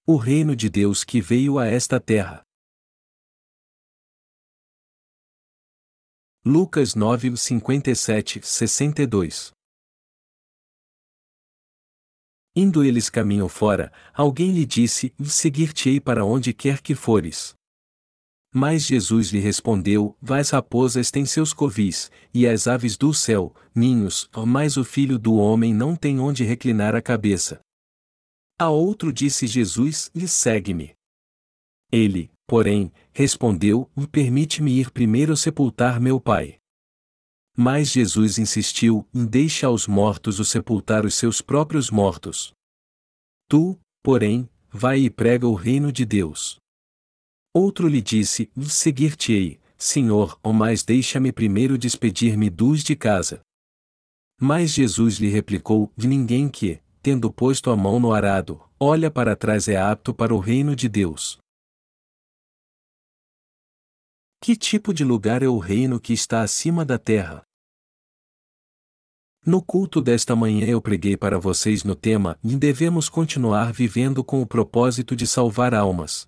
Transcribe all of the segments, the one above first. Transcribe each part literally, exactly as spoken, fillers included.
O reino de Deus que veio a esta terra. Lucas nove, cinquenta e sete, sessenta e dois. Indo eles caminho fora, alguém lhe disse: Seguir-te-ei para onde quer que fores. Mas Jesus lhe respondeu: As raposas têm seus covis, e as aves do céu, ninhos, mas o Filho do homem não tem onde reclinar a cabeça. A outro disse Jesus: Segue-me. Ele, porém, respondeu: Permite-me ir primeiro sepultar meu pai. Mas Jesus insistiu: Deixa aos mortos o sepultar os seus próprios mortos. Tu, porém, vai e prega o reino de Deus. Outro lhe disse: Seguir-te-ei, Senhor, mas deixa-me primeiro despedir-me dos de casa. Mas Jesus lhe replicou: Ninguém que, tendo posto a mão no arado, olha para trás é apto para o reino de Deus. Que tipo de lugar é o reino que está acima da terra? No culto desta manhã eu preguei para vocês no tema: devemos continuar vivendo com o propósito de salvar almas.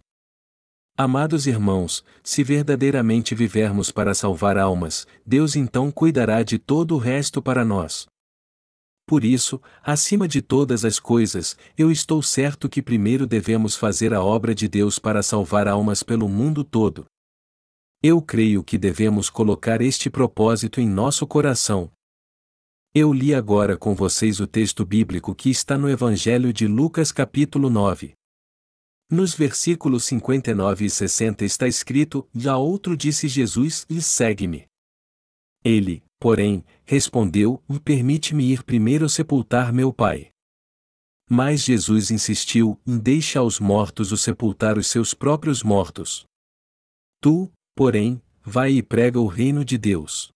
Amados irmãos, se verdadeiramente vivermos para salvar almas, Deus então cuidará de todo o resto para nós. Por isso, acima de todas as coisas, eu estou certo que primeiro devemos fazer a obra de Deus para salvar almas pelo mundo todo. Eu creio que devemos colocar este propósito em nosso coração. Eu li agora com vocês o texto bíblico que está no Evangelho de Lucas capítulo nove. Nos versículos cinquenta e nove e sessenta está escrito: Já outro disse Jesus: Segue-me. Ele, porém, respondeu: Permite-me ir primeiro sepultar meu pai. Mas Jesus insistiu: Deixa aos mortos o sepultar os seus próprios mortos. Tu, porém, vai e prega o reino de Deus.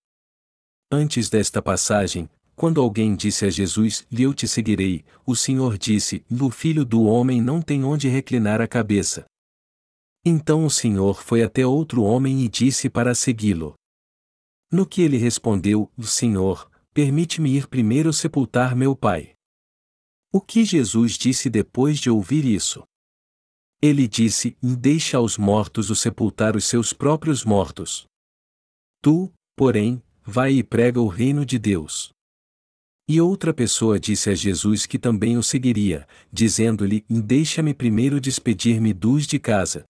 Antes desta passagem, quando alguém disse a Jesus: Eu te seguirei, o Senhor disse: O Filho do homem não tem onde reclinar a cabeça. Então o Senhor foi até outro homem e disse para segui-lo. No que ele respondeu: Senhor, permite-me ir primeiro sepultar meu pai. O que Jesus disse depois de ouvir isso? Ele disse: Deixa aos mortos o sepultar os seus próprios mortos. Tu, porém, vai e prega o reino de Deus. E outra pessoa disse a Jesus que também o seguiria, dizendo-lhe: Deixa-me primeiro despedir-me dos de casa.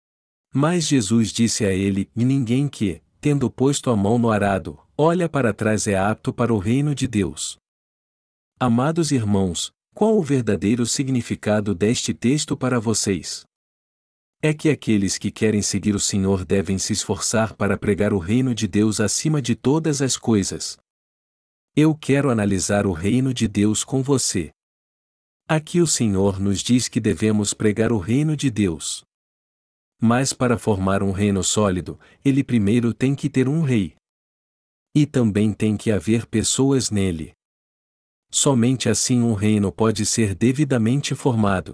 Mas Jesus disse a ele: Ninguém que, tendo posto a mão no arado, olha para trás é apto para o reino de Deus. Amados irmãos, qual o verdadeiro significado deste texto para vocês? É que aqueles que querem seguir o Senhor devem se esforçar para pregar o reino de Deus acima de todas as coisas. Eu quero analisar o reino de Deus com você. Aqui o Senhor nos diz que devemos pregar o reino de Deus. Mas para formar um reino sólido, ele primeiro tem que ter um rei. E também tem que haver pessoas nele. Somente assim um reino pode ser devidamente formado.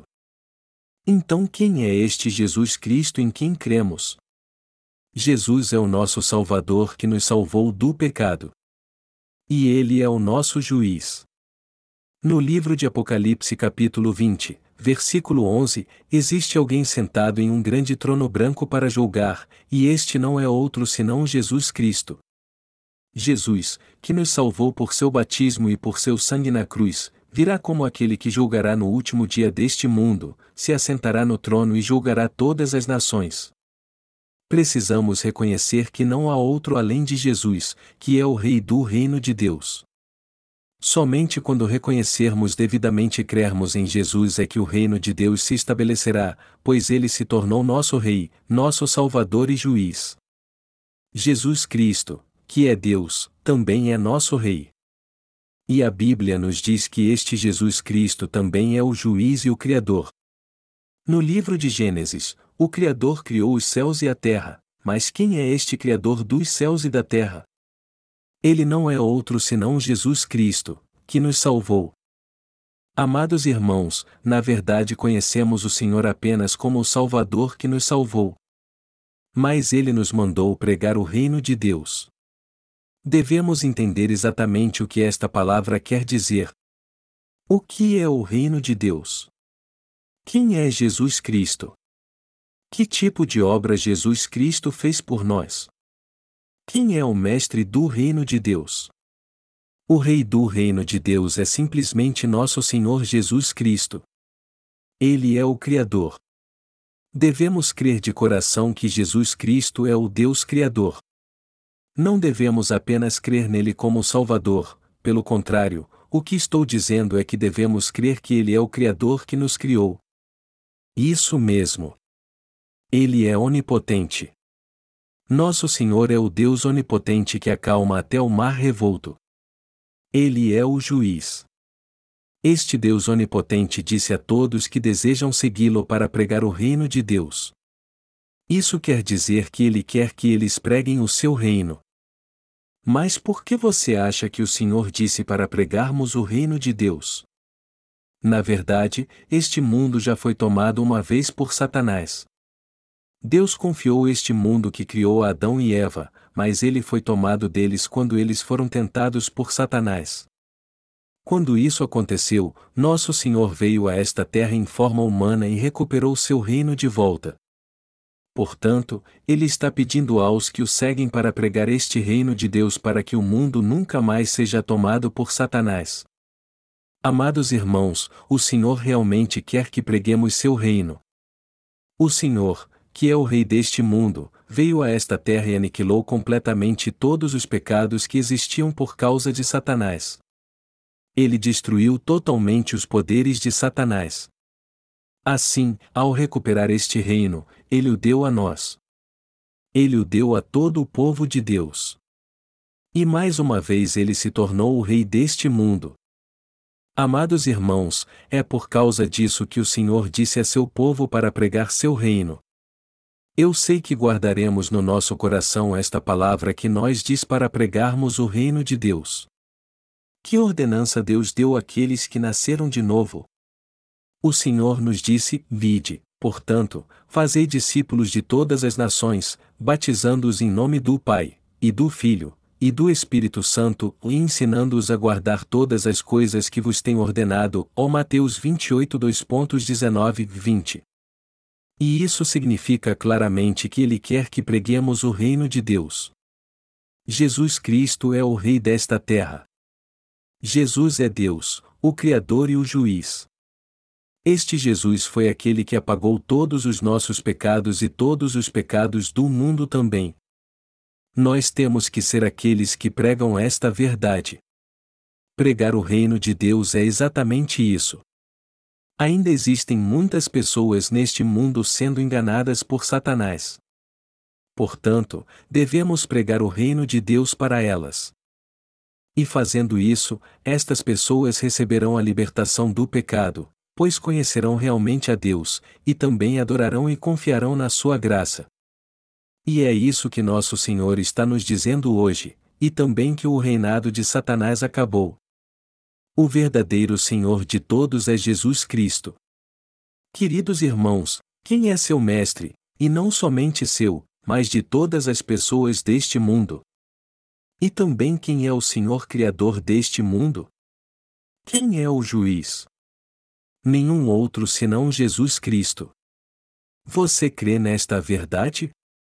Então quem é este Jesus Cristo em quem cremos? Jesus é o nosso Salvador que nos salvou do pecado. E ele é o nosso juiz. No livro de Apocalipse capítulo vinte, versículo onze, existe alguém sentado em um grande trono branco para julgar, e este não é outro senão Jesus Cristo. Jesus, que nos salvou por seu batismo e por seu sangue na cruz, virá como aquele que julgará no último dia deste mundo, se assentará no trono e julgará todas as nações. Precisamos reconhecer que não há outro além de Jesus, que é o Rei do reino de Deus. Somente quando reconhecermos devidamente e crermos em Jesus é que o reino de Deus se estabelecerá, pois ele se tornou nosso Rei, nosso Salvador e Juiz. Jesus Cristo, que é Deus, também é nosso Rei. E a Bíblia nos diz que este Jesus Cristo também é o Juiz e o Criador. No livro de Gênesis, o Criador criou os céus e a terra, mas quem é este Criador dos céus e da terra? Ele não é outro senão Jesus Cristo, que nos salvou. Amados irmãos, na verdade conhecemos o Senhor apenas como o Salvador que nos salvou. Mas ele nos mandou pregar o reino de Deus. Devemos entender exatamente o que esta palavra quer dizer. O que é o reino de Deus? Quem é Jesus Cristo? Que tipo de obra Jesus Cristo fez por nós? Quem é o Mestre do Reino de Deus? O Rei do Reino de Deus é simplesmente nosso Senhor Jesus Cristo. Ele é o Criador. Devemos crer de coração que Jesus Cristo é o Deus Criador. Não devemos apenas crer nele como Salvador, pelo contrário, o que estou dizendo é que devemos crer que ele é o Criador que nos criou. Isso mesmo. Ele é onipotente. Nosso Senhor é o Deus onipotente que acalma até o mar revolto. Ele é o juiz. Este Deus onipotente disse a todos que desejam segui-lo para pregar o reino de Deus. Isso quer dizer que ele quer que eles preguem o seu reino. Mas por que você acha que o Senhor disse para pregarmos o reino de Deus? Na verdade, este mundo já foi tomado uma vez por Satanás. Deus confiou este mundo que criou a Adão e Eva, mas ele foi tomado deles quando eles foram tentados por Satanás. Quando isso aconteceu, nosso Senhor veio a esta terra em forma humana e recuperou seu reino de volta. Portanto, ele está pedindo aos que o seguem para pregar este reino de Deus para que o mundo nunca mais seja tomado por Satanás. Amados irmãos, o Senhor realmente quer que preguemos seu reino. O Senhor, que é o Rei deste mundo, veio a esta terra e aniquilou completamente todos os pecados que existiam por causa de Satanás. Ele destruiu totalmente os poderes de Satanás. Assim, ao recuperar este reino, ele o deu a nós. Ele o deu a todo o povo de Deus. E mais uma vez ele se tornou o Rei deste mundo. Amados irmãos, é por causa disso que o Senhor disse a seu povo para pregar seu reino. Eu sei que guardaremos no nosso coração esta palavra que nós diz para pregarmos o reino de Deus. Que ordenança Deus deu àqueles que nasceram de novo? O Senhor nos disse: vide, portanto, fazei discípulos de todas as nações, batizando-os em nome do Pai, e do Filho, e do Espírito Santo, e ensinando-os a guardar todas as coisas que vos tenho ordenado. Ó Mateus vinte e oito, dois dezenove, vinte. E isso significa claramente que ele quer que preguemos o reino de Deus. Jesus Cristo é o Rei desta terra. Jesus é Deus, o Criador e o Juiz. Este Jesus foi aquele que apagou todos os nossos pecados e todos os pecados do mundo também. Nós temos que ser aqueles que pregam esta verdade. Pregar o reino de Deus é exatamente isso. Ainda existem muitas pessoas neste mundo sendo enganadas por Satanás. Portanto, devemos pregar o reino de Deus para elas. E fazendo isso, estas pessoas receberão a libertação do pecado, pois conhecerão realmente a Deus, e também adorarão e confiarão na sua graça. E é isso que nosso Senhor está nos dizendo hoje, e também que o reinado de Satanás acabou. O verdadeiro Senhor de todos é Jesus Cristo. Queridos irmãos, quem é seu mestre, e não somente seu, mas de todas as pessoas deste mundo? E também quem é o Senhor Criador deste mundo? Quem é o juiz? Nenhum outro senão Jesus Cristo. Você crê nesta verdade?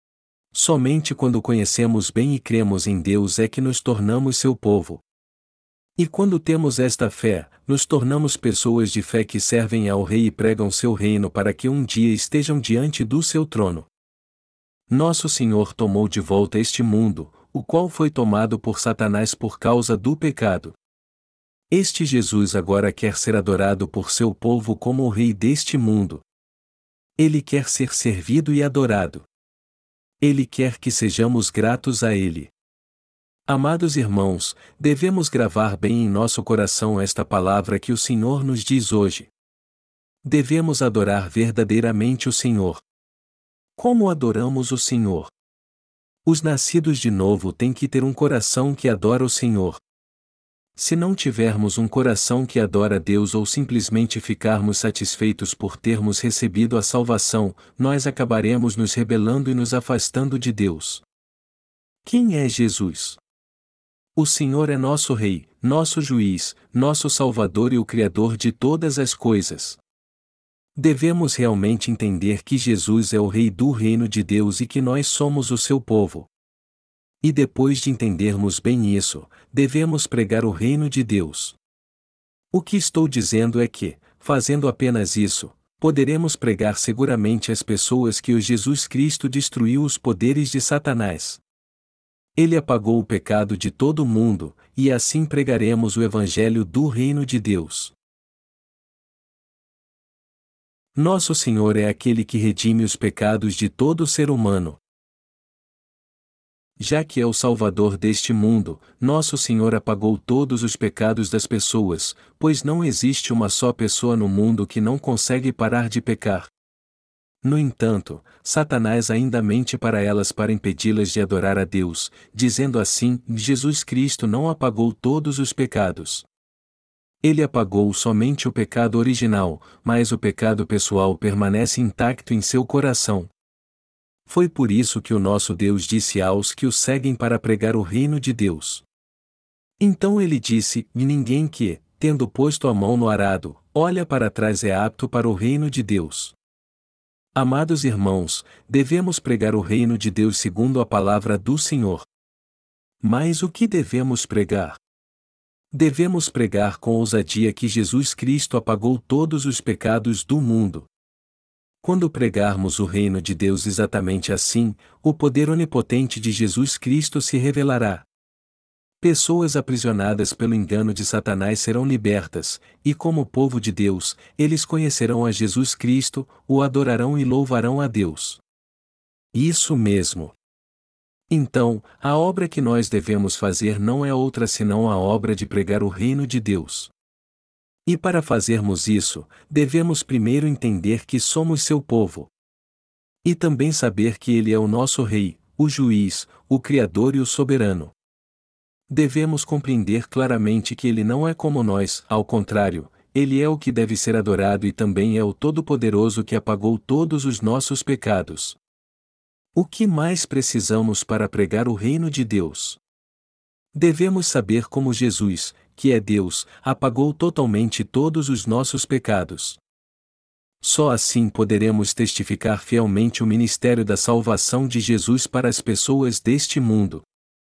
Somente quando conhecemos bem e cremos em Deus é que nos tornamos seu povo. E quando temos esta fé, nos tornamos pessoas de fé que servem ao Rei e pregam seu reino para que um dia estejam diante do seu trono. Nosso Senhor tomou de volta este mundo, o qual foi tomado por Satanás por causa do pecado. Este Jesus agora quer ser adorado por seu povo como o Rei deste mundo. Ele quer ser servido e adorado. Ele quer que sejamos gratos a Ele. Amados irmãos, devemos gravar bem em nosso coração esta palavra que o Senhor nos diz hoje. Devemos adorar verdadeiramente o Senhor. Como adoramos o Senhor? Os nascidos de novo têm que ter um coração que adora o Senhor. Se não tivermos um coração que adora a Deus ou simplesmente ficarmos satisfeitos por termos recebido a salvação, nós acabaremos nos rebelando e nos afastando de Deus. Quem é Jesus? O Senhor é nosso Rei, nosso Juiz, nosso Salvador e o Criador de todas as coisas. Devemos realmente entender que Jesus é o Rei do Reino de Deus e que nós somos o seu povo. E depois de entendermos bem isso, devemos pregar o Reino de Deus. O que estou dizendo é que, fazendo apenas isso, poderemos pregar seguramente às pessoas que o Jesus Cristo destruiu os poderes de Satanás. Ele apagou o pecado de todo o mundo, e assim pregaremos o Evangelho do Reino de Deus. Nosso Senhor é aquele que redime os pecados de todo ser humano. Já que é o Salvador deste mundo, nosso Senhor apagou todos os pecados das pessoas, pois não existe uma só pessoa no mundo que não consegue parar de pecar. No entanto, Satanás ainda mente para elas para impedi-las de adorar a Deus, dizendo assim: Jesus Cristo não apagou todos os pecados. Ele apagou somente o pecado original, mas o pecado pessoal permanece intacto em seu coração. Foi por isso que o nosso Deus disse aos que o seguem para pregar o reino de Deus. Então ele disse: e ninguém que, tendo posto a mão no arado, olha para trás é apto para o reino de Deus. Amados irmãos, devemos pregar o reino de Deus segundo a palavra do Senhor. Mas o que devemos pregar? Devemos pregar com ousadia que Jesus Cristo apagou todos os pecados do mundo. Quando pregarmos o reino de Deus exatamente assim, o poder onipotente de Jesus Cristo se revelará. Pessoas aprisionadas pelo engano de Satanás serão libertas, e como povo de Deus, eles conhecerão a Jesus Cristo, o adorarão e louvarão a Deus. Isso mesmo. Então, a obra que nós devemos fazer não é outra senão a obra de pregar o reino de Deus. E para fazermos isso, devemos primeiro entender que somos seu povo. E também saber que Ele é o nosso Rei, o Juiz, o Criador e o Soberano. Devemos compreender claramente que Ele não é como nós, ao contrário, Ele é o que deve ser adorado e também é o Todo-Poderoso que apagou todos os nossos pecados. O que mais precisamos para pregar o reino de Deus? Devemos saber como Jesus, que é Deus, apagou totalmente todos os nossos pecados. Só assim poderemos testificar fielmente o ministério da salvação de Jesus para as pessoas deste mundo.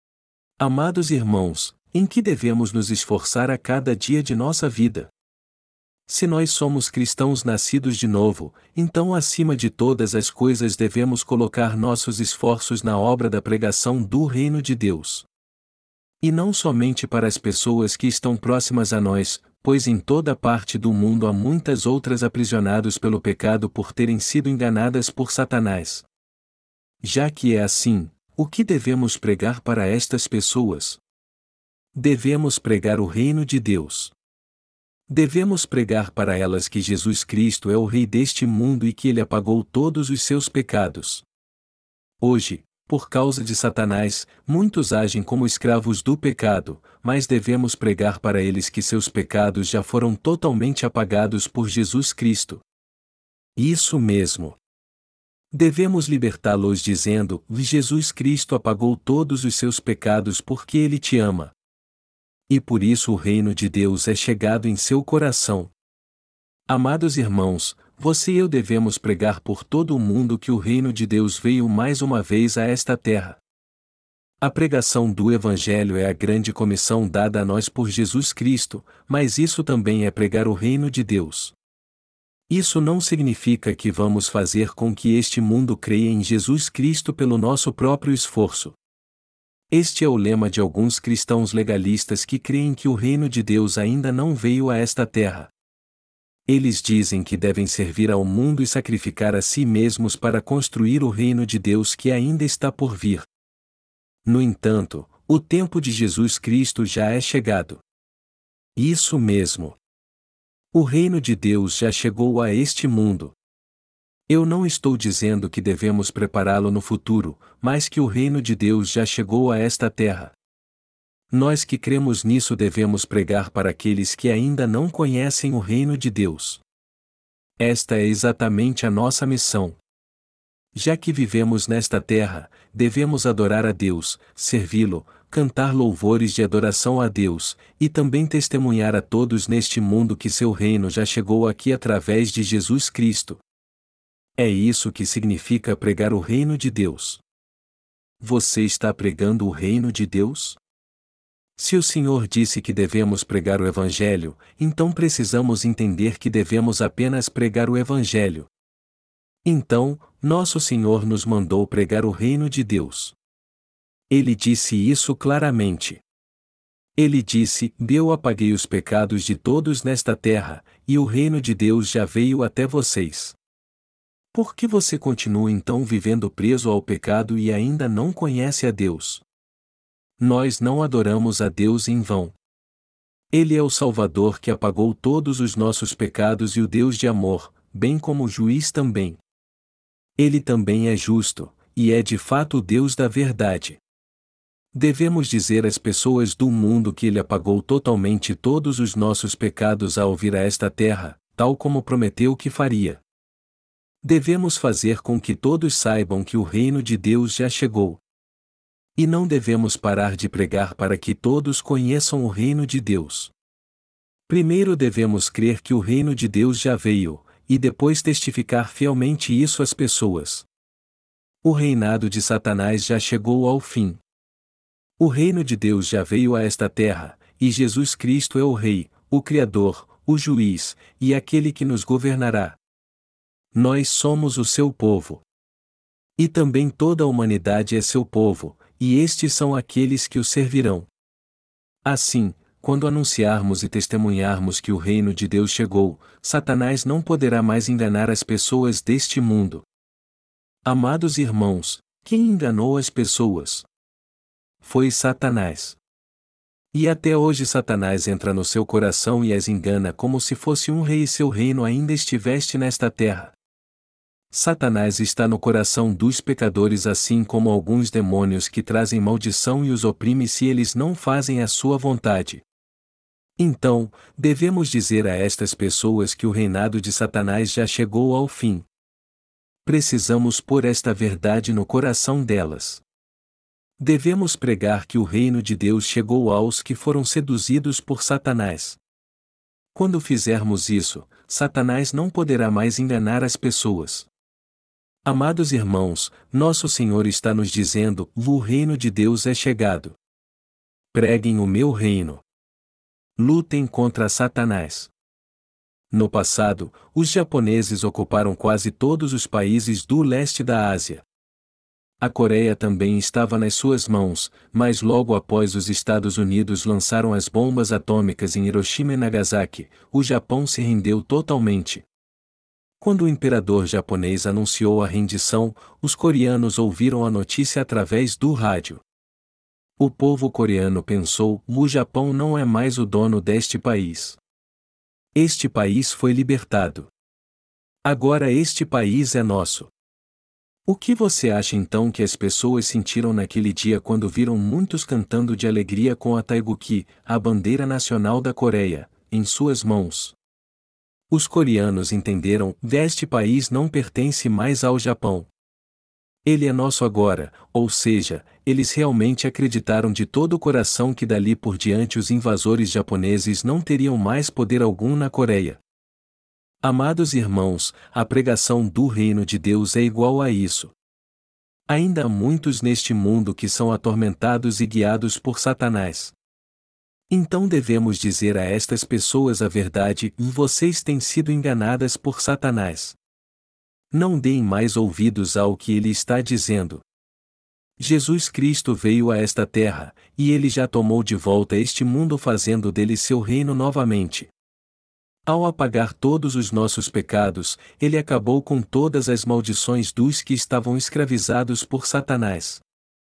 Amados irmãos, em que devemos nos esforçar a cada dia de nossa vida? Se nós somos cristãos nascidos de novo, então acima de todas as coisas devemos colocar nossos esforços na obra da pregação do reino de Deus. E não somente para as pessoas que estão próximas a nós, pois em toda parte do mundo há muitas outras aprisionadas pelo pecado por terem sido enganadas por Satanás. Já que é assim, o que devemos pregar para estas pessoas? Devemos pregar o reino de Deus. Devemos pregar para elas que Jesus Cristo é o Rei deste mundo e que Ele apagou todos os seus pecados. Hoje, por causa de Satanás, muitos agem como escravos do pecado, mas devemos pregar para eles que seus pecados já foram totalmente apagados por Jesus Cristo. Isso mesmo. Devemos libertá-los dizendo: Jesus Cristo apagou todos os seus pecados porque Ele te ama. E por isso o reino de Deus é chegado em seu coração. Amados irmãos, você e eu devemos pregar por todo o mundo que o reino de Deus veio mais uma vez a esta terra. A pregação do Evangelho é a grande comissão dada a nós por Jesus Cristo, mas isso também é pregar o reino de Deus. Isso não significa que vamos fazer com que este mundo creia em Jesus Cristo pelo nosso próprio esforço. Este é o lema de alguns cristãos legalistas que creem que o reino de Deus ainda não veio a esta terra. Eles dizem que devem servir ao mundo e sacrificar a si mesmos para construir o reino de Deus que ainda está por vir. No entanto, o tempo de Jesus Cristo já é chegado. Isso mesmo. O reino de Deus já chegou a este mundo. Eu não estou dizendo que devemos prepará-lo no futuro, mas que o reino de Deus já chegou a esta terra. Nós que cremos nisso devemos pregar para aqueles que ainda não conhecem o reino de Deus. Esta é exatamente a nossa missão. Já que vivemos nesta terra, devemos adorar a Deus, servi-lo, cantar louvores de adoração a Deus, e também testemunhar a todos neste mundo que seu reino já chegou aqui através de Jesus Cristo. É isso que significa pregar o reino de Deus. Você está pregando o reino de Deus? Se o Senhor disse que devemos pregar o Evangelho, então precisamos entender que devemos apenas pregar o Evangelho. Então, nosso Senhor nos mandou pregar o reino de Deus. Ele disse isso claramente. Ele disse: Eu apaguei os pecados de todos nesta terra, e o reino de Deus já veio até vocês. Por que você continua então vivendo preso ao pecado e ainda não conhece a Deus? Nós não adoramos a Deus em vão. Ele é o Salvador que apagou todos os nossos pecados e o Deus de amor, bem como o juiz também. Ele também é justo, e é de fato o Deus da verdade. Devemos dizer às pessoas do mundo que Ele apagou totalmente todos os nossos pecados ao vir a esta terra, tal como prometeu que faria. Devemos fazer com que todos saibam que o reino de Deus já chegou. E não devemos parar de pregar para que todos conheçam o reino de Deus. Primeiro devemos crer que o reino de Deus já veio, e depois testificar fielmente isso às pessoas. O reinado de Satanás já chegou ao fim. O reino de Deus já veio a esta terra, e Jesus Cristo é o Rei, o Criador, o Juiz, e aquele que nos governará. Nós somos o seu povo. E também toda a humanidade é seu povo, e estes são aqueles que o servirão. Assim, quando anunciarmos e testemunharmos que o reino de Deus chegou, Satanás não poderá mais enganar as pessoas deste mundo. Amados irmãos, quem enganou as pessoas? Foi Satanás. E até hoje Satanás entra no seu coração e as engana como se fosse um rei e seu reino ainda estivesse nesta terra. Satanás está no coração dos pecadores assim como alguns demônios que trazem maldição e os oprime se eles não fazem a sua vontade. Então, devemos dizer a estas pessoas que o reinado de Satanás já chegou ao fim. Precisamos pôr esta verdade no coração delas. Devemos pregar que o reino de Deus chegou aos que foram seduzidos por Satanás. Quando fizermos isso, Satanás não poderá mais enganar as pessoas. Amados irmãos, nosso Senhor está nos dizendo: o reino de Deus é chegado. Preguem o meu reino. Lutem contra Satanás. No passado, os japoneses ocuparam quase todos os países do leste da Ásia. A Coreia também estava nas suas mãos, mas logo após os Estados Unidos lançaram as bombas atômicas em Hiroshima e Nagasaki, o Japão se rendeu totalmente. Quando o imperador japonês anunciou a rendição, os coreanos ouviram a notícia através do rádio. O povo coreano pensou: o Japão não é mais o dono deste país. Este país foi libertado. Agora este país é nosso. O que você acha então que as pessoas sentiram naquele dia quando viram muitos cantando de alegria com a Taeguki, a bandeira nacional da Coreia, em suas mãos? Os coreanos entenderam: este país não pertence mais ao Japão. Ele é nosso agora, ou seja, eles realmente acreditaram de todo o coração que dali por diante os invasores japoneses não teriam mais poder algum na Coreia. Amados irmãos, a pregação do reino de Deus é igual a isso. Ainda há muitos neste mundo que são atormentados e guiados por Satanás. Então devemos dizer a estas pessoas a verdade: vocês têm sido enganadas por Satanás. Não deem mais ouvidos ao que ele está dizendo. Jesus Cristo veio a esta terra, e ele já tomou de volta este mundo fazendo dele seu reino novamente. Ao apagar todos os nossos pecados, ele acabou com todas as maldições dos que estavam escravizados por Satanás.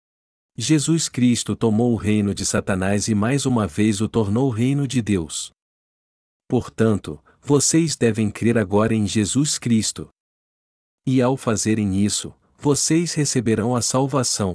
Jesus Cristo tomou o reino de Satanás e mais uma vez o tornou o reino de Deus. Portanto, vocês devem crer agora em Jesus Cristo. E ao fazerem isso, vocês receberão a salvação.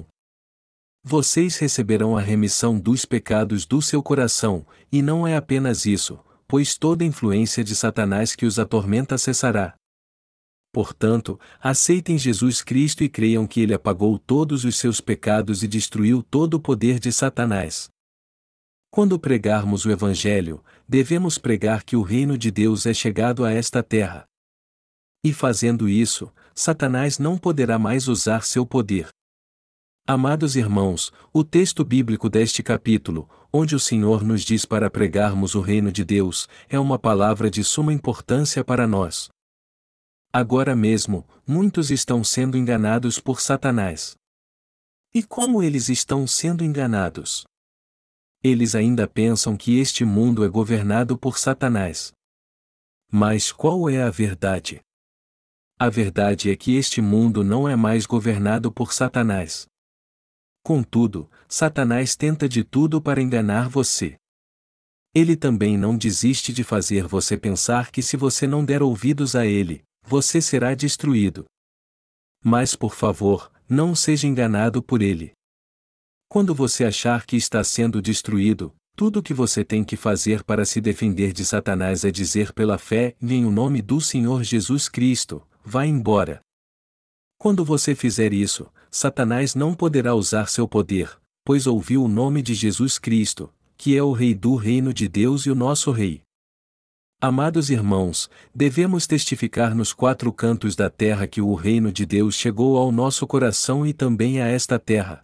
Vocês receberão a remissão dos pecados do seu coração, e não é apenas isso, pois toda influência de Satanás que os atormenta cessará. Portanto, aceitem Jesus Cristo e creiam que Ele apagou todos os seus pecados e destruiu todo o poder de Satanás. Quando pregarmos o Evangelho, devemos pregar que o reino de Deus é chegado a esta terra. E fazendo isso, Satanás não poderá mais usar seu poder. Amados irmãos, o texto bíblico deste capítulo, onde o Senhor nos diz para pregarmos o reino de Deus, é uma palavra de suma importância para nós. Agora mesmo, muitos estão sendo enganados por Satanás. E como eles estão sendo enganados? Eles ainda pensam que este mundo é governado por Satanás. Mas qual é a verdade? A verdade é que este mundo não é mais governado por Satanás. Contudo, Satanás tenta de tudo para enganar você. Ele também não desiste de fazer você pensar que se você não der ouvidos a ele, você será destruído. Mas por favor, não seja enganado por ele. Quando você achar que está sendo destruído, tudo o que você tem que fazer para se defender de Satanás é dizer pela fé em o nome do Senhor Jesus Cristo, vá embora. Quando você fizer isso, Satanás não poderá usar seu poder, pois ouviu o nome de Jesus Cristo, que é o Rei do reino de Deus e o nosso Rei. Amados irmãos, devemos testificar nos quatro cantos da terra que o reino de Deus chegou ao nosso coração e também a esta terra.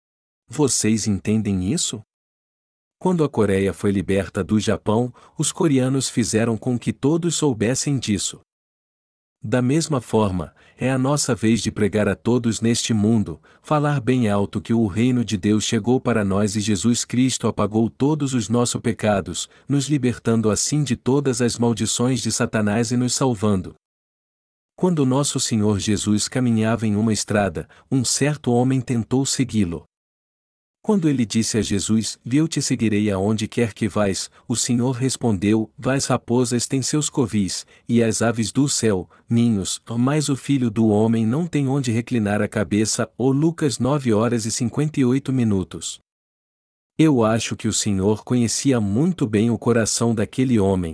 Vocês entendem isso? Quando a Coreia foi liberta do Japão, os coreanos fizeram com que todos soubessem disso. Da mesma forma, é a nossa vez de pregar a todos neste mundo, falar bem alto que o reino de Deus chegou para nós e Jesus Cristo apagou todos os nossos pecados, nos libertando assim de todas as maldições de Satanás e nos salvando. Quando nosso Senhor Jesus caminhava em uma estrada, um certo homem tentou segui-lo. Quando ele disse a Jesus, eu te seguirei aonde quer que vais, o Senhor respondeu, as raposas têm seus covis, e as aves do céu, ninhos, mas o filho do homem não tem onde reclinar a cabeça, ou Lucas nove horas e cinquenta e oito minutos. Eu acho que o Senhor conhecia muito bem o coração daquele homem.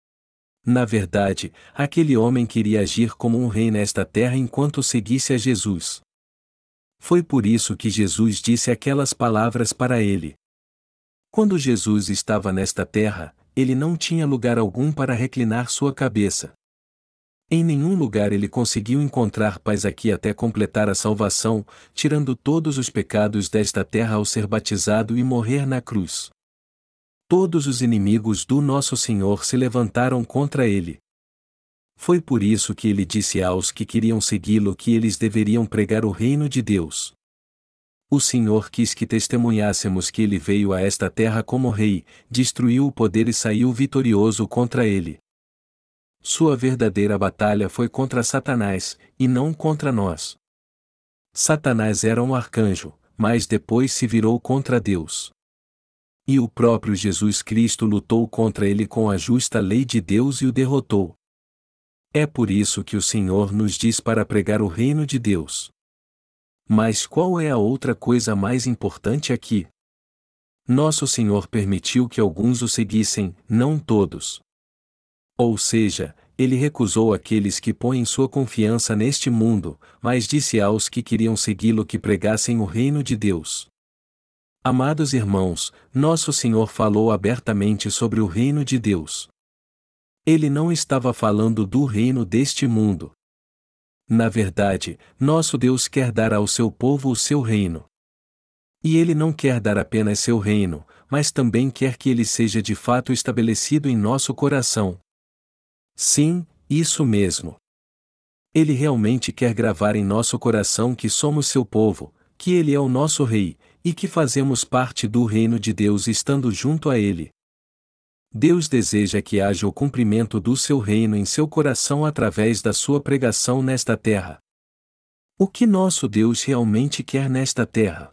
Na verdade, aquele homem queria agir como um rei nesta terra enquanto seguisse a Jesus. Foi por isso que Jesus disse aquelas palavras para ele. Quando Jesus estava nesta terra, ele não tinha lugar algum para reclinar sua cabeça. Em nenhum lugar ele conseguiu encontrar paz aqui até completar a salvação, tirando todos os pecados desta terra ao ser batizado e morrer na cruz. Todos os inimigos do nosso Senhor se levantaram contra ele. Foi por isso que ele disse aos que queriam segui-lo que eles deveriam pregar o reino de Deus. O Senhor quis que testemunhássemos que ele veio a esta terra como rei, destruiu o poder e saiu vitorioso contra ele. Sua verdadeira batalha foi contra Satanás, e não contra nós. Satanás era um arcanjo, mas depois se virou contra Deus. E o próprio Jesus Cristo lutou contra ele com a justa lei de Deus e o derrotou. É por isso que o Senhor nos diz para pregar o reino de Deus. Mas qual é a outra coisa mais importante aqui? Nosso Senhor permitiu que alguns o seguissem, não todos. Ou seja, ele recusou aqueles que põem sua confiança neste mundo, mas disse aos que queriam segui-lo que pregassem o reino de Deus. Amados irmãos, nosso Senhor falou abertamente sobre o reino de Deus. Ele não estava falando do reino deste mundo. Na verdade, nosso Deus quer dar ao seu povo o seu reino. E ele não quer dar apenas seu reino, mas também quer que ele seja de fato estabelecido em nosso coração. Sim, isso mesmo. Ele realmente quer gravar em nosso coração que somos seu povo, que ele é o nosso rei, e que fazemos parte do reino de Deus estando junto a ele. Deus deseja que haja o cumprimento do seu reino em seu coração através da sua pregação nesta terra. O que nosso Deus realmente quer nesta terra?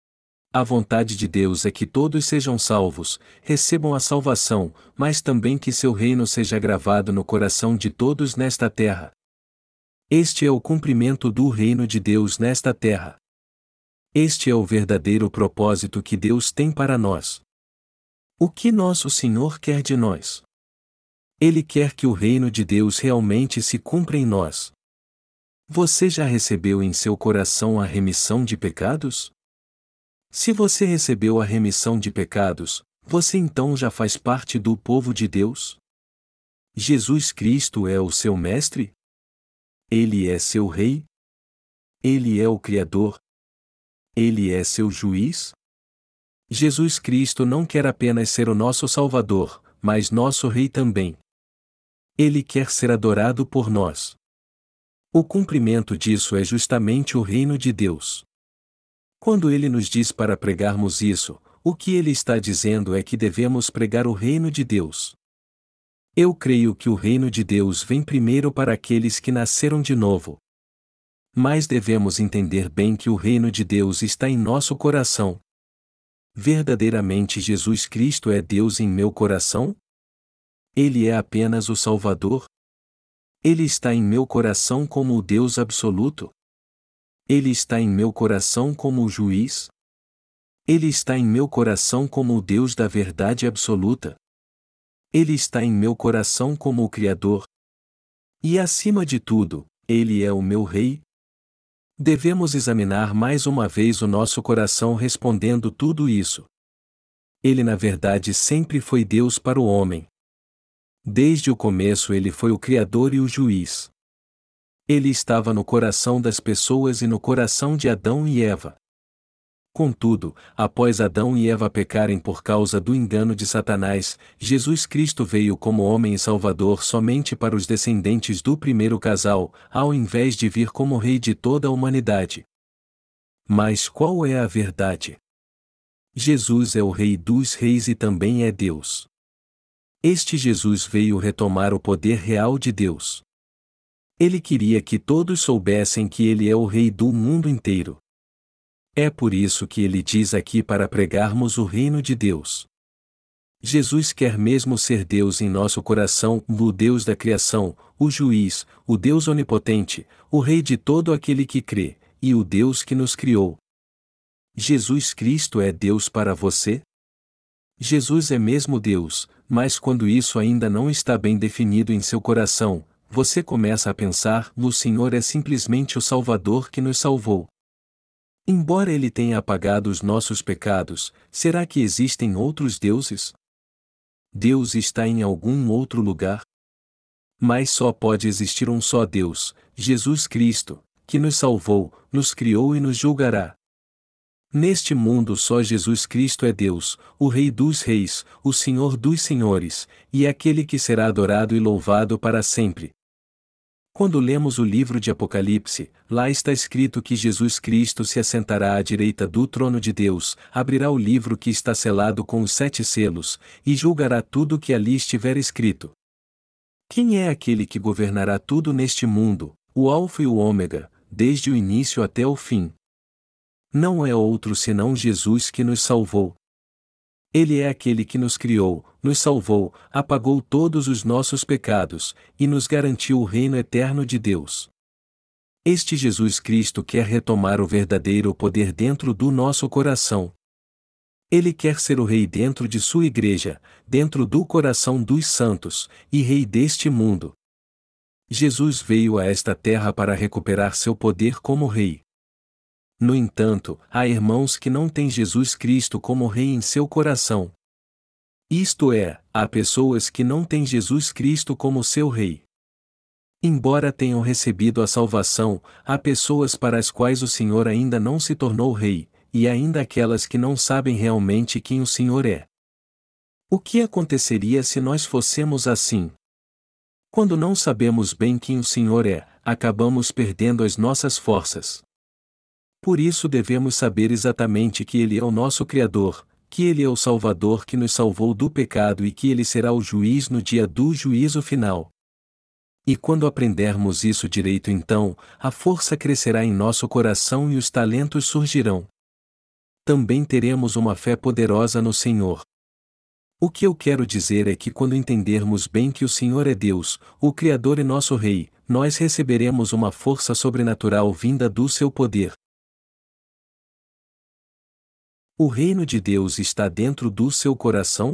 A vontade de Deus é que todos sejam salvos, recebam a salvação, mas também que seu reino seja gravado no coração de todos nesta terra. Este é o cumprimento do reino de Deus nesta terra. Este é o verdadeiro propósito que Deus tem para nós. O que nosso Senhor quer de nós? Ele quer que o reino de Deus realmente se cumpra em nós. Você já recebeu em seu coração a remissão de pecados? Se você recebeu a remissão de pecados, você então já faz parte do povo de Deus? Jesus Cristo é o seu mestre? Ele é seu rei? Ele é o Criador? Ele é seu juiz? Jesus Cristo não quer apenas ser o nosso Salvador, mas nosso Rei também. Ele quer ser adorado por nós. O cumprimento disso é justamente o reino de Deus. Quando ele nos diz para pregarmos isso, o que ele está dizendo é que devemos pregar o reino de Deus. Eu creio que o reino de Deus vem primeiro para aqueles que nasceram de novo. Mas devemos entender bem que o reino de Deus está em nosso coração. Verdadeiramente Jesus Cristo é Deus em meu coração? Ele é apenas o Salvador? Ele está em meu coração como o Deus absoluto? Ele está em meu coração como o juiz? Ele está em meu coração como o Deus da verdade absoluta? Ele está em meu coração como o Criador? E acima de tudo, Ele é o meu Rei? Devemos examinar mais uma vez o nosso coração respondendo tudo isso. Ele na verdade sempre foi Deus para o homem. Desde o começo ele foi o Criador e o juiz. Ele estava no coração das pessoas e no coração de Adão e Eva. Contudo, após Adão e Eva pecarem por causa do engano de Satanás, Jesus Cristo veio como homem e Salvador somente para os descendentes do primeiro casal, ao invés de vir como Rei de toda a humanidade. Mas qual é a verdade? Jesus é o Rei dos Reis e também é Deus. Este Jesus veio retomar o poder real de Deus. Ele queria que todos soubessem que Ele é o Rei do mundo inteiro. É por isso que ele diz aqui para pregarmos o reino de Deus. Jesus quer mesmo ser Deus em nosso coração, o Deus da criação, o juiz, o Deus onipotente, o Rei de todo aquele que crê, e o Deus que nos criou. Jesus Cristo é Deus para você? Jesus é mesmo Deus, mas quando isso ainda não está bem definido em seu coração, você começa a pensar: o Senhor é simplesmente o Salvador que nos salvou. Embora Ele tenha apagado os nossos pecados, será que existem outros deuses? Deus está em algum outro lugar? Mas só pode existir um só Deus, Jesus Cristo, que nos salvou, nos criou e nos julgará. Neste mundo só Jesus Cristo é Deus, o Rei dos Reis, o Senhor dos Senhores, e aquele que será adorado e louvado para sempre. Quando lemos o livro de Apocalipse, lá está escrito que Jesus Cristo se assentará à direita do trono de Deus, abrirá o livro que está selado com os sete selos, e julgará tudo o que ali estiver escrito. Quem é aquele que governará tudo neste mundo, o Alfa e o Ômega, desde o início até o fim? Não é outro senão Jesus que nos salvou. Ele é aquele que nos criou, nos salvou, apagou todos os nossos pecados, e nos garantiu o reino eterno de Deus. Este Jesus Cristo quer retomar o verdadeiro poder dentro do nosso coração. Ele quer ser o Rei dentro de sua igreja, dentro do coração dos santos, e Rei deste mundo. Jesus veio a esta terra para recuperar seu poder como Rei. No entanto, há irmãos que não têm Jesus Cristo como Rei em seu coração. Isto é, há pessoas que não têm Jesus Cristo como seu Rei. Embora tenham recebido a salvação, há pessoas para as quais o Senhor ainda não se tornou Rei, e ainda aquelas que não sabem realmente quem o Senhor é. O que aconteceria se nós fossemos assim? Quando não sabemos bem quem o Senhor é, acabamos perdendo as nossas forças. Por isso devemos saber exatamente que Ele é o nosso Criador, que Ele é o Salvador que nos salvou do pecado e que Ele será o juiz no dia do juízo final. E quando aprendermos isso direito então, a força crescerá em nosso coração e os talentos surgirão. Também teremos uma fé poderosa no Senhor. O que eu quero dizer é que quando entendermos bem que o Senhor é Deus, o Criador e nosso Rei, nós receberemos uma força sobrenatural vinda do seu poder. O reino de Deus está dentro do seu coração?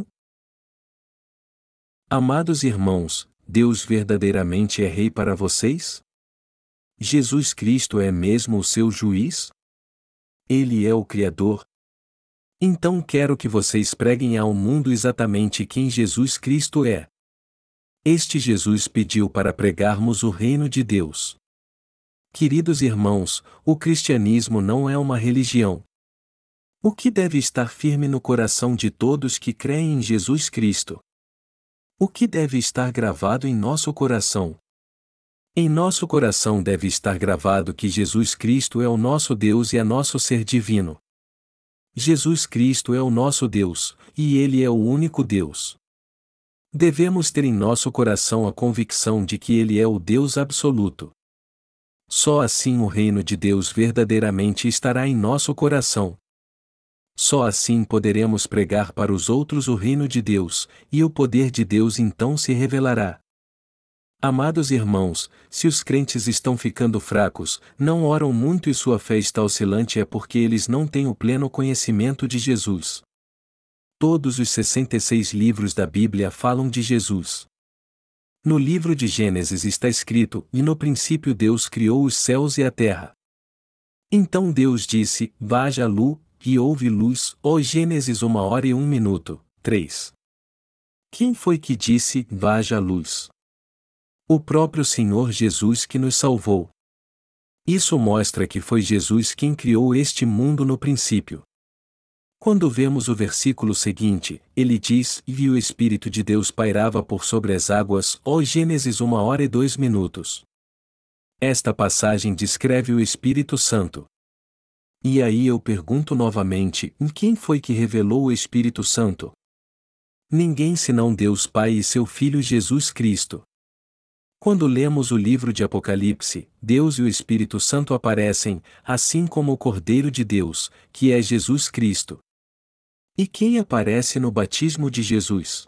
Amados irmãos, Deus verdadeiramente é Rei para vocês? Jesus Cristo é mesmo o seu juiz? Ele é o Criador? Então quero que vocês preguem ao mundo exatamente quem Jesus Cristo é. Este Jesus pediu para pregarmos o reino de Deus. Queridos irmãos, o cristianismo não é uma religião. O que deve estar firme no coração de todos que creem em Jesus Cristo? O que deve estar gravado em nosso coração? Em nosso coração deve estar gravado que Jesus Cristo é o nosso Deus e é nosso ser divino. Jesus Cristo é o nosso Deus, e Ele é o único Deus. Devemos ter em nosso coração a convicção de que Ele é o Deus absoluto. Só assim o reino de Deus verdadeiramente estará em nosso coração. Só assim poderemos pregar para os outros o reino de Deus, e o poder de Deus então se revelará. Amados irmãos, se os crentes estão ficando fracos, não oram muito e sua fé está oscilante é porque eles não têm o pleno conhecimento de Jesus. Todos os sessenta e seis livros da Bíblia falam de Jesus. No livro de Gênesis está escrito: "E no princípio Deus criou os céus e a terra." Então Deus disse: "Haja luz", e houve luz. Ó Gênesis uma hora e um minuto. três. Quem foi que disse: "Haja luz"? O próprio Senhor Jesus que nos salvou. Isso mostra que foi Jesus quem criou este mundo no princípio. Quando vemos o versículo seguinte, ele diz: "E o Espírito de Deus pairava por sobre as águas." Ó Gênesis uma hora e dois minutos. Esta passagem descreve o Espírito Santo. E aí eu pergunto novamente: em quem foi que revelou o Espírito Santo? Ninguém senão Deus Pai e seu Filho Jesus Cristo. Quando lemos o livro de Apocalipse, Deus e o Espírito Santo aparecem, assim como o Cordeiro de Deus, que é Jesus Cristo. E quem aparece no batismo de Jesus?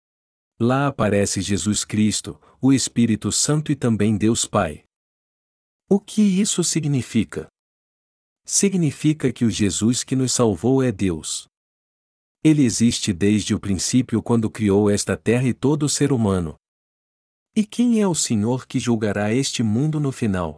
Lá aparece Jesus Cristo, o Espírito Santo e também Deus Pai. O que isso significa? Significa que o Jesus que nos salvou é Deus. Ele existe desde o princípio quando criou esta terra e todo ser humano. E quem é o Senhor que julgará este mundo no final?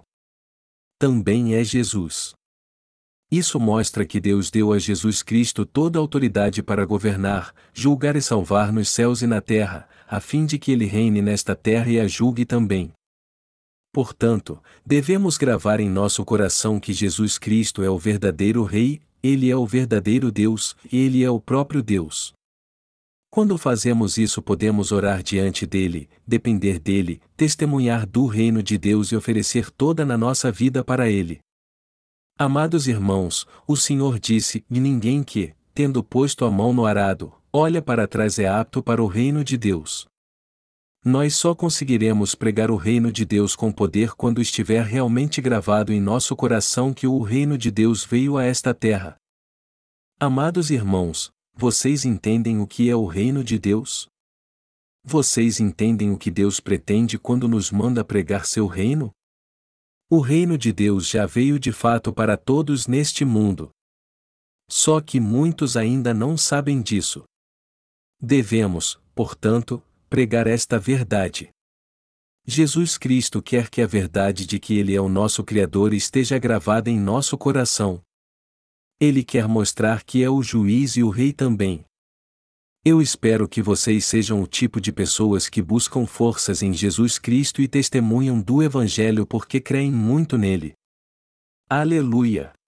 Também é Jesus. Isso mostra que Deus deu a Jesus Cristo toda a autoridade para governar, julgar e salvar nos céus e na terra, a fim de que ele reine nesta terra e a julgue também. Portanto, devemos gravar em nosso coração que Jesus Cristo é o verdadeiro Rei, Ele é o verdadeiro Deus, e Ele é o próprio Deus. Quando fazemos isso podemos orar diante dele, depender dele, testemunhar do reino de Deus e oferecer toda na nossa vida para ele. Amados irmãos, o Senhor disse: "E ninguém que, tendo posto a mão no arado, olha para trás é apto para o reino de Deus." Nós só conseguiremos pregar o reino de Deus com poder quando estiver realmente gravado em nosso coração que o reino de Deus veio a esta terra. Amados irmãos, vocês entendem o que é o reino de Deus? Vocês entendem o que Deus pretende quando nos manda pregar seu reino? O reino de Deus já veio de fato para todos neste mundo. Só que muitos ainda não sabem disso. Devemos, portanto, pregar esta verdade. Jesus Cristo quer que a verdade de que Ele é o nosso Criador esteja gravada em nosso coração. Ele quer mostrar que é o juiz e o rei também. Eu espero que vocês sejam o tipo de pessoas que buscam forças em Jesus Cristo e testemunham do Evangelho porque creem muito nele. Aleluia!